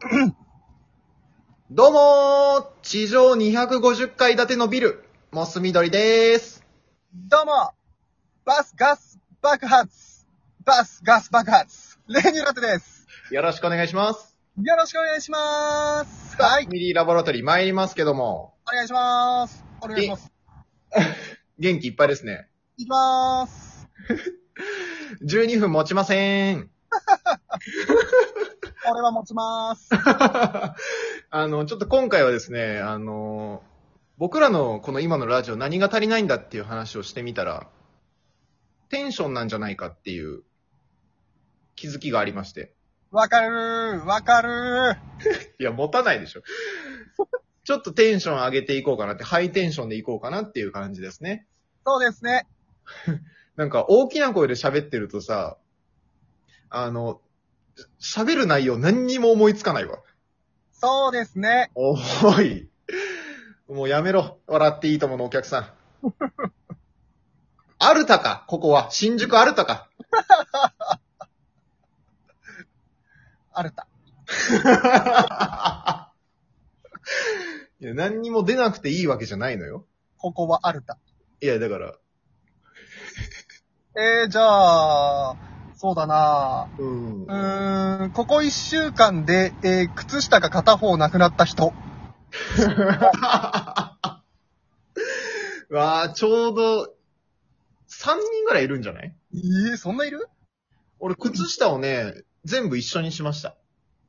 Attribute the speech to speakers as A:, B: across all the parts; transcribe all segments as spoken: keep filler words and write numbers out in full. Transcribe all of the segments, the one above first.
A: どうもー、地上にひゃくごじゅっかい建てのビル、モス緑でーす。
B: どうもバスガス爆発バスガス爆発レーニュラテです。
A: よろしくお願いします。
B: よろしくお願いしまーす。
A: は。
B: はいい。
A: ファミリーラボラトリー参りますけども、
B: お願いしまーす。お願いします。
A: 元気いっぱいですね。
B: いきまーす。
A: じゅうにふん持ちません。
B: 俺は持ちまーす。
A: あの、ちょっと今回はですね、あの、僕らのこの今のラジオ何が足りないんだっていう話をしてみたら、テンションなんじゃないかっていう気づきがありまして。
B: わかるー。わかるー。
A: いや、持たないでしょ。ちょっとテンション上げていこうかなって、ハイテンションでいこうかなっていう感じですね。
B: そうですね。
A: なんか大きな声で喋ってるとさ、あの、喋る内容何にも思いつかないわ。
B: そうですね。
A: おい。もうやめろ。笑っていいとものお客さん。アルタか、ここは。新宿アルタか。
B: アルタ。
A: いや、何にも出なくていいわけじゃないのよ。
B: ここはアルタ。
A: いや、だから。
B: えー、じゃあ、そうだな
A: うん。
B: うーん、ここ一週間で、えー、靴下が片方なくなった人。
A: わあ、ちょうど、さんにんぐらいいるんじゃない？
B: えー、そんないる？
A: 俺、靴下をね、全部一緒にしました。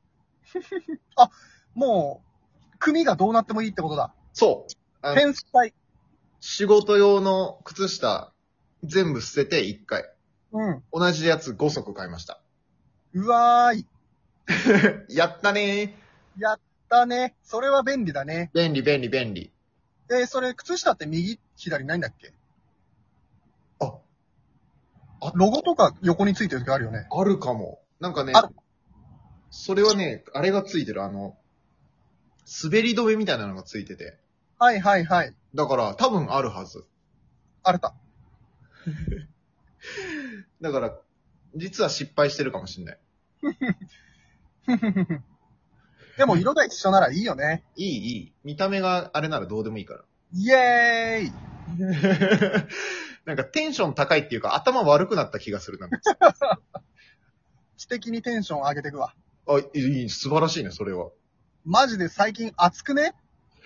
B: もう、組がどうなってもいいってことだ。
A: そう。あの
B: 天才。
A: 仕事用の靴下、全部捨てていっかい。
B: うん。
A: 同じやつごそく買いました。
B: うわーい。
A: やったね
B: やったね。それは便利だね。
A: ー。便利便利便利。
B: えー、それ、靴下って右、左ないんだっけ？
A: あ、あ
B: ロゴとか横についてる時あるよね。
A: あるかも。なんかね
B: ある、
A: それはね、あれがついてる、あの、滑り止めみたいなのがついてて。
B: はいはいはい。
A: だから、多分あるはず。
B: あるた。
A: だから、実は失敗してるかもしんない。
B: でも色が一緒ならいいよね。
A: いい、いい。見た目があれならどうでもいいから。
B: イエーイ。
A: なんかテンション高いっていうか、頭悪くなった気がするなんか。
B: 知的にテンション上げてくわ。
A: あ、いい、いい素晴らしいね、それは。
B: マジで最近暑くね？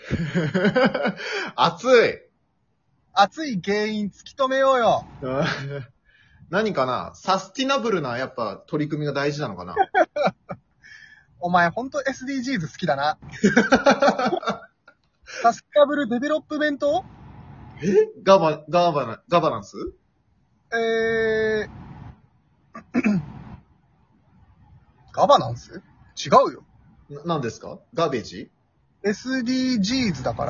A: 熱い。
B: 暑い原因突き止めようよ。
A: 何かな、サスティナブルなやっぱ取り組みが大事なのかな。
B: お前ほんと エスディージーズ好きだな。サステナブルデベロップメント？
A: えガバ、ガバナ、ガバナンス
B: えー、ガバナンス？違うよ。
A: な、なんですか？ガベージ？
B: エスディージーズ だから、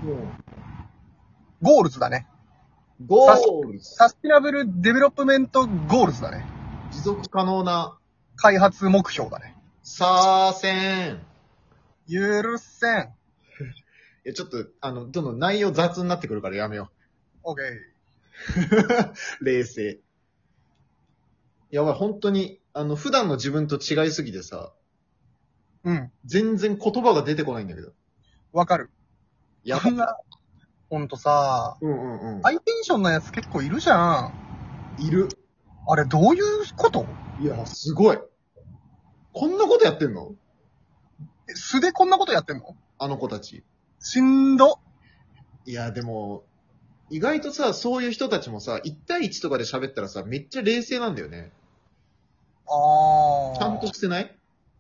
A: うん。
B: ゴールズだね。
A: ゴールズ。
B: サスティナブルデベロップメントゴールズだね。
A: 持続可能な、
B: 開発目標だね。
A: さーせん。
B: 許せん。
A: いや、ちょっと、あの、どんどん内容雑になってくるからやめよ
B: オッケー。
A: う。冷静。やばい、本当に、あの、普段の自分と違いすぎてさ、
B: うん。
A: 全然言葉が出てこないんだけど。
B: わかる。
A: やば
B: そんな、ほんとさ、
A: うんうんうん。
B: ハイテンションなやつ結構いるじゃん。
A: いる。
B: あれどういうこと？
A: いや、すごい。こんなことやってんの？
B: え素でこんなことやってんの？
A: あの子たち。
B: しんど。
A: いや、でも、意外とさ、そういう人たちもさ、いち対いちとかで喋ったらさ、めっちゃ冷静なんだよね。
B: あー。
A: ちゃんとしてない？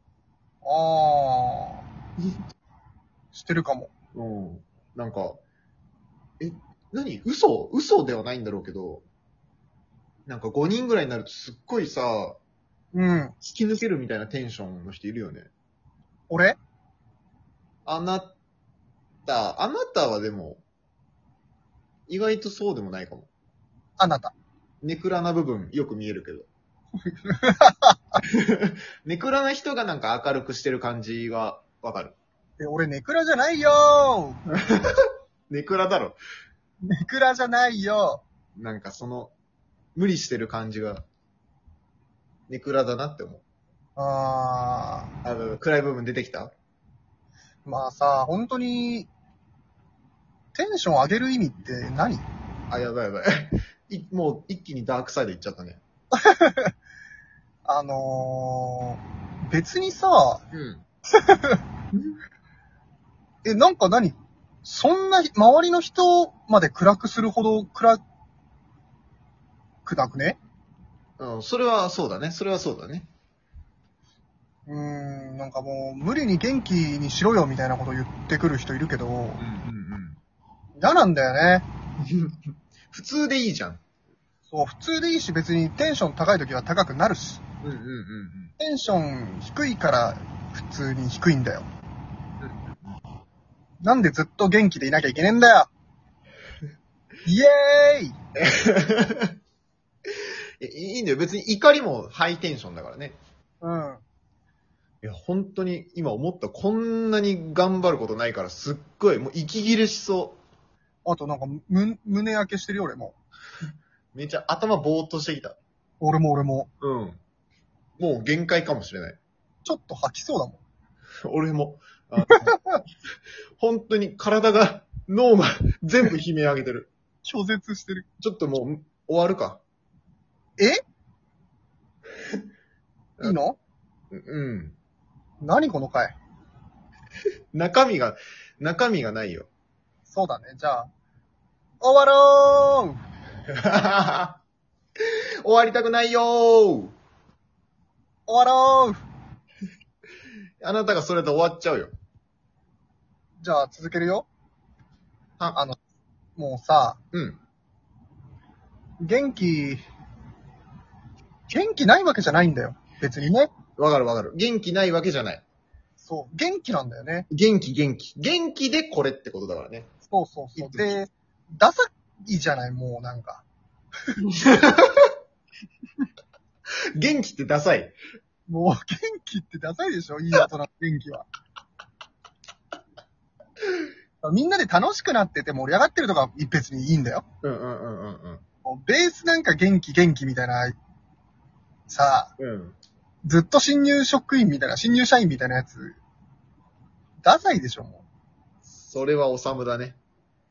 B: あー。してるかも。
A: うん。なんか、え、何？嘘嘘ではないんだろうけど、なんかごにんぐらいになるとすっごいさ、
B: うん。
A: 突き抜けるみたいなテンションの人いるよね。
B: 俺？
A: あなた、あなたはでも、意外とそうでもないかも。
B: あなた。
A: ネクラな部分よく見えるけど。ネクラな人がなんか明るくしてる感じがわかる。
B: え、俺ネクラじゃないよ
A: ネクラだろ。
B: ー。ネクラじゃないよ。
A: なんかその、無理してる感じが、ネクラだなって思う。
B: あ
A: あの、暗い部分出てきた？
B: ー、まあさ、本当に、テンション上げる意味って何？
A: あ、やばいやばい。いもう一気にダークサイド行っちゃったね。
B: あのー、別にさ、
A: うん。
B: え、なんか何そんな、周りの人まで暗くするほど暗くなくね？
A: うん、それはそうだね。それはそうだね。
B: うーん、なんかもう、無理に元気にしろよみたいなこと言ってくる人いるけど、
A: うんうんうん。
B: 嫌なんだよね。
A: 普通でいいじゃん。
B: そう、普通でいいし別にテンション高い時は高くなるし、
A: うんうんうんうん。
B: テンション低いから普通に低いんだよ。なんでずっと元気でいなきゃいけねえんだよ。イエーイ
A: いやいいんだよ。別に怒りもハイテンションだからね。
B: うん。
A: いや、本当に今思った。こんなに頑張ることないからすっごい、もう息切れしそ
B: あとなんか、む、胸焼けしてるよ俺も。
A: う。めっちゃ頭ぼーっとしてきた。
B: 俺も俺も。
A: うん。もう限界かもしれない。
B: ちょっと吐きそうだもん。
A: 俺も。あ本当に体が、脳が全部悲鳴上げてる。
B: 拒絶してる。
A: ちょっともう終わるか。
B: えいいの？
A: うん。
B: 何この回。
A: 中身が、中身がないよ。
B: そうだね。じゃあ、終わろー
A: 終わりたくないよー。
B: 終わろー
A: あなたがそれで終わっちゃうよ。
B: じゃあ続けるよ。
A: は
B: あの、もうさ、
A: うん。
B: 元気、元気ないわけじゃないんだよ。別にね。
A: わかるわかる。元気ないわけじゃない。
B: そう、元気なんだよね。
A: 元気元気。元気でこれってことだからね。
B: そうそうそう。で、ダサいじゃない、もうなんか。
A: 元気ってダサい。
B: もう元気ってダサいでしょ、いい大人の元気は。みんなで楽しくなってて盛り上がってるとか別にいいんだよ。
A: うんうんうんうんうん。
B: もうベースなんか元気元気みたいな、さあ、
A: うん。
B: ずっと新入職員みたいな、新入社員みたいなやつ、ダサいでしょ、も
A: それはおさむだね。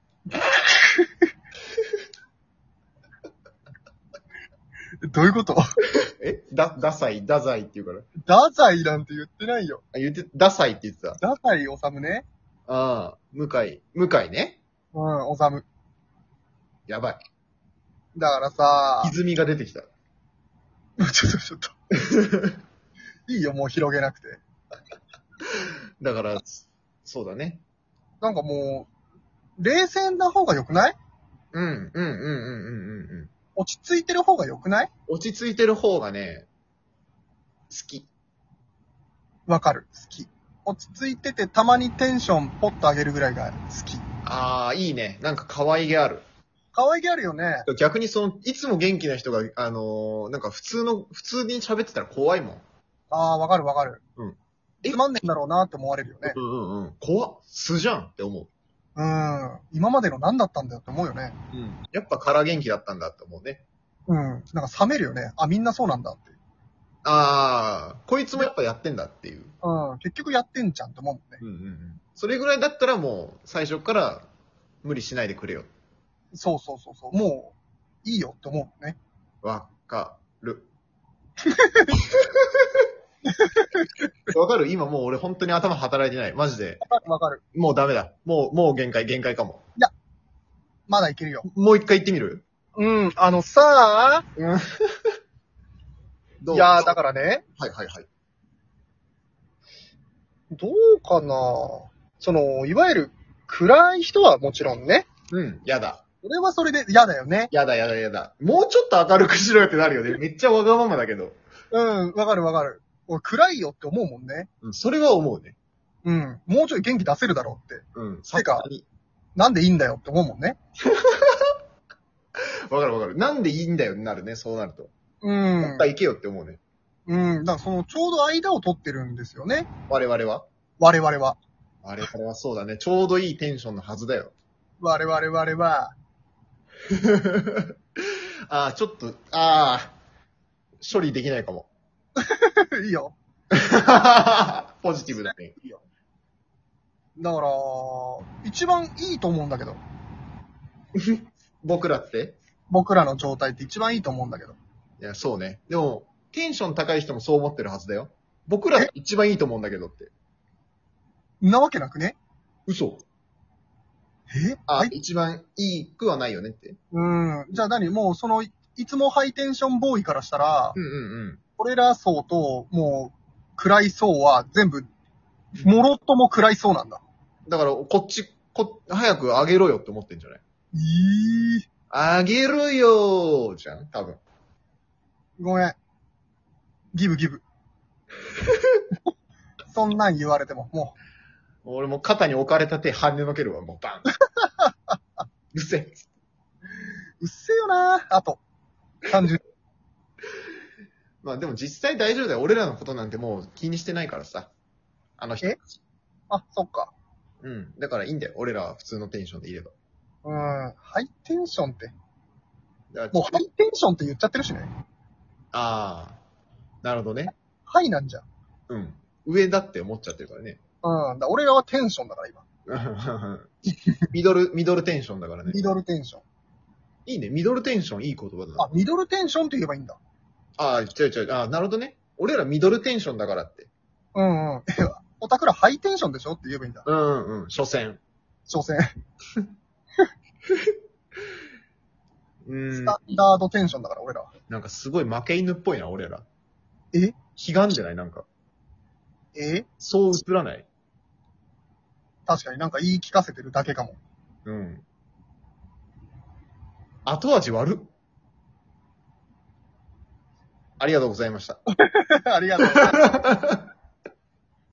B: う。どういうこと？
A: えだ、ダサい、ダサいって言うから。
B: ダサいなんて言ってないよ。
A: あ、言って、ダサいって言ってた。
B: ダサいおさむね。
A: ああ、向井、向井ね。
B: うん、おさむ。
A: やばい。
B: だからさ、
A: 歪みが出てきた。
B: ちょっとちょっと。いいよ、もう広げなくて。
A: だから、そうだね。
B: なんかもう、冷静な方が良くない？
A: うん、うん、うん、うん、うん、うんうん。
B: 落ち着いてる方が良くない？
A: 落ち着いてる方がね、好き。
B: わかる。好き。落ち着いててたまにテンションポッと上げるぐらいが好き。
A: ああ、いいね。なんか可愛げある。
B: 可愛げあるよね。
A: 逆にその、いつも元気な人が、あのーなんか普通の、普通に喋ってたら怖いもん。
B: ああ、わかるわかる。
A: うん。
B: つまんねえんだろうなって思われるよね。
A: うんうんうん。怖っ。素じゃんって思う。
B: うん。今までの何だったんだよって思うよね。
A: うん。やっぱ空元気だったんだって思うね。
B: うん。なんか冷めるよね。あ、みんなそうなんだって。
A: ああ、こいつもやっぱやってんだっていう。
B: うん。結局やってんじゃんって思うもんね。
A: うんうんうん。それぐらいだったらもう、最初から無理しないでくれよ。
B: そうそうそうそう。もう、いいよって思うもんね。
A: わかる。わかる今もう俺本当に頭働いてない。マジで。
B: わかるわかる。
A: もうダメだ。もう、もう限界、限界かも。
B: まだいけるよ。
A: もう一回言ってみる？
B: うん。あのさ
A: うん。どう
B: いやーだからね。
A: はいはいはい。
B: どうかなその、いわゆる暗い人はもちろんね。
A: うん、やだ。
B: それはそれで嫌だよね。
A: やだやだやだ。もうちょっと明るくしろよってなるよね。めっちゃわがままだけど。
B: うん。わかるわかる。俺暗いよって思うもんね。
A: うん、それは思うね。
B: うん。もうちょい元気出せるだろうって。
A: うん。
B: てか
A: さすがに
B: なんでいいんだよって思うもんね。
A: わかるわかる。なんでいいんだよになるね、そうなると。
B: うん
A: もっ。と行けよって思うね。
B: うん。だからそのちょうど間を取ってるんですよね。
A: 我々は
B: 我々は。
A: 我々はそうだね。ちょうどいいテンションのはずだよ。
B: 我々我々は。
A: ああ、ちょっと、ああ、処理できないかも。
B: いいよ。
A: ポジティブだね。
B: いいよ。だから、一番いいと思うんだけど。
A: 僕らって？
B: 僕らの状態って一番いいと思うんだけど。
A: いや、そうね。でも、テンション高い人もそう思ってるはずだよ。僕らって一番いいと思うんだけどって。
B: んなわけなくね？
A: 嘘。
B: え
A: あ、
B: はい。
A: 一番いいくはないよねって。
B: うん。じゃあ何もうその、いつもハイテンションボーイからしたら、
A: うんうん
B: 俺ら層と、もう、暗い層は全部、もろとも暗い層なんだ。
A: うん。だから、こっち、こ、早く上げろよって思ってんじゃない？
B: いい。
A: あげるよーじゃん多分。
B: ごめん。ギブギブ。そんなん言われても、も
A: 俺も肩に置かれた手跳ねのけるわ、もうバン。うっせえ。
B: う、うっせえよなあと。単純に。
A: まあでも実際大丈夫だよ。俺らのことなんてもう気にしてないからさ。あの人。
B: えあ、そっか。
A: うん。だからいいんだよ。俺らは普通のテンションでいれば。
B: うん。ハイテンションって。
A: だから
B: もうハイテンションって言っちゃってるしね。
A: ああ。なるほどね。
B: ハイなんじゃん。
A: うん。上だって思っちゃってるからね。
B: うん。だ俺らはテンションだから今。
A: ミドル、ミドルテンションだからね。
B: ミドルテンション。
A: いいね。ミドルテンションいい言葉だな。
B: あ、ミドルテンションって言えばいいんだ。
A: ああ、違う違う。ああ、なるほどね。俺らミドルテンションだからって。
B: うんうん。オタクらハイテンションでしょって言えばいいんだ。
A: うんうん。所詮。
B: 所詮。
A: うん
B: ス。タンダードテンションだから俺らは。
A: なんかすごい負け犬っぽいな、俺ら。
B: え
A: 悲願じゃないなんか。
B: え
A: そう映らない？
B: 確かになんか言い聞かせてるだけかも。
A: うん。後味悪っ。ありがとうございました。
B: ありがとうございます。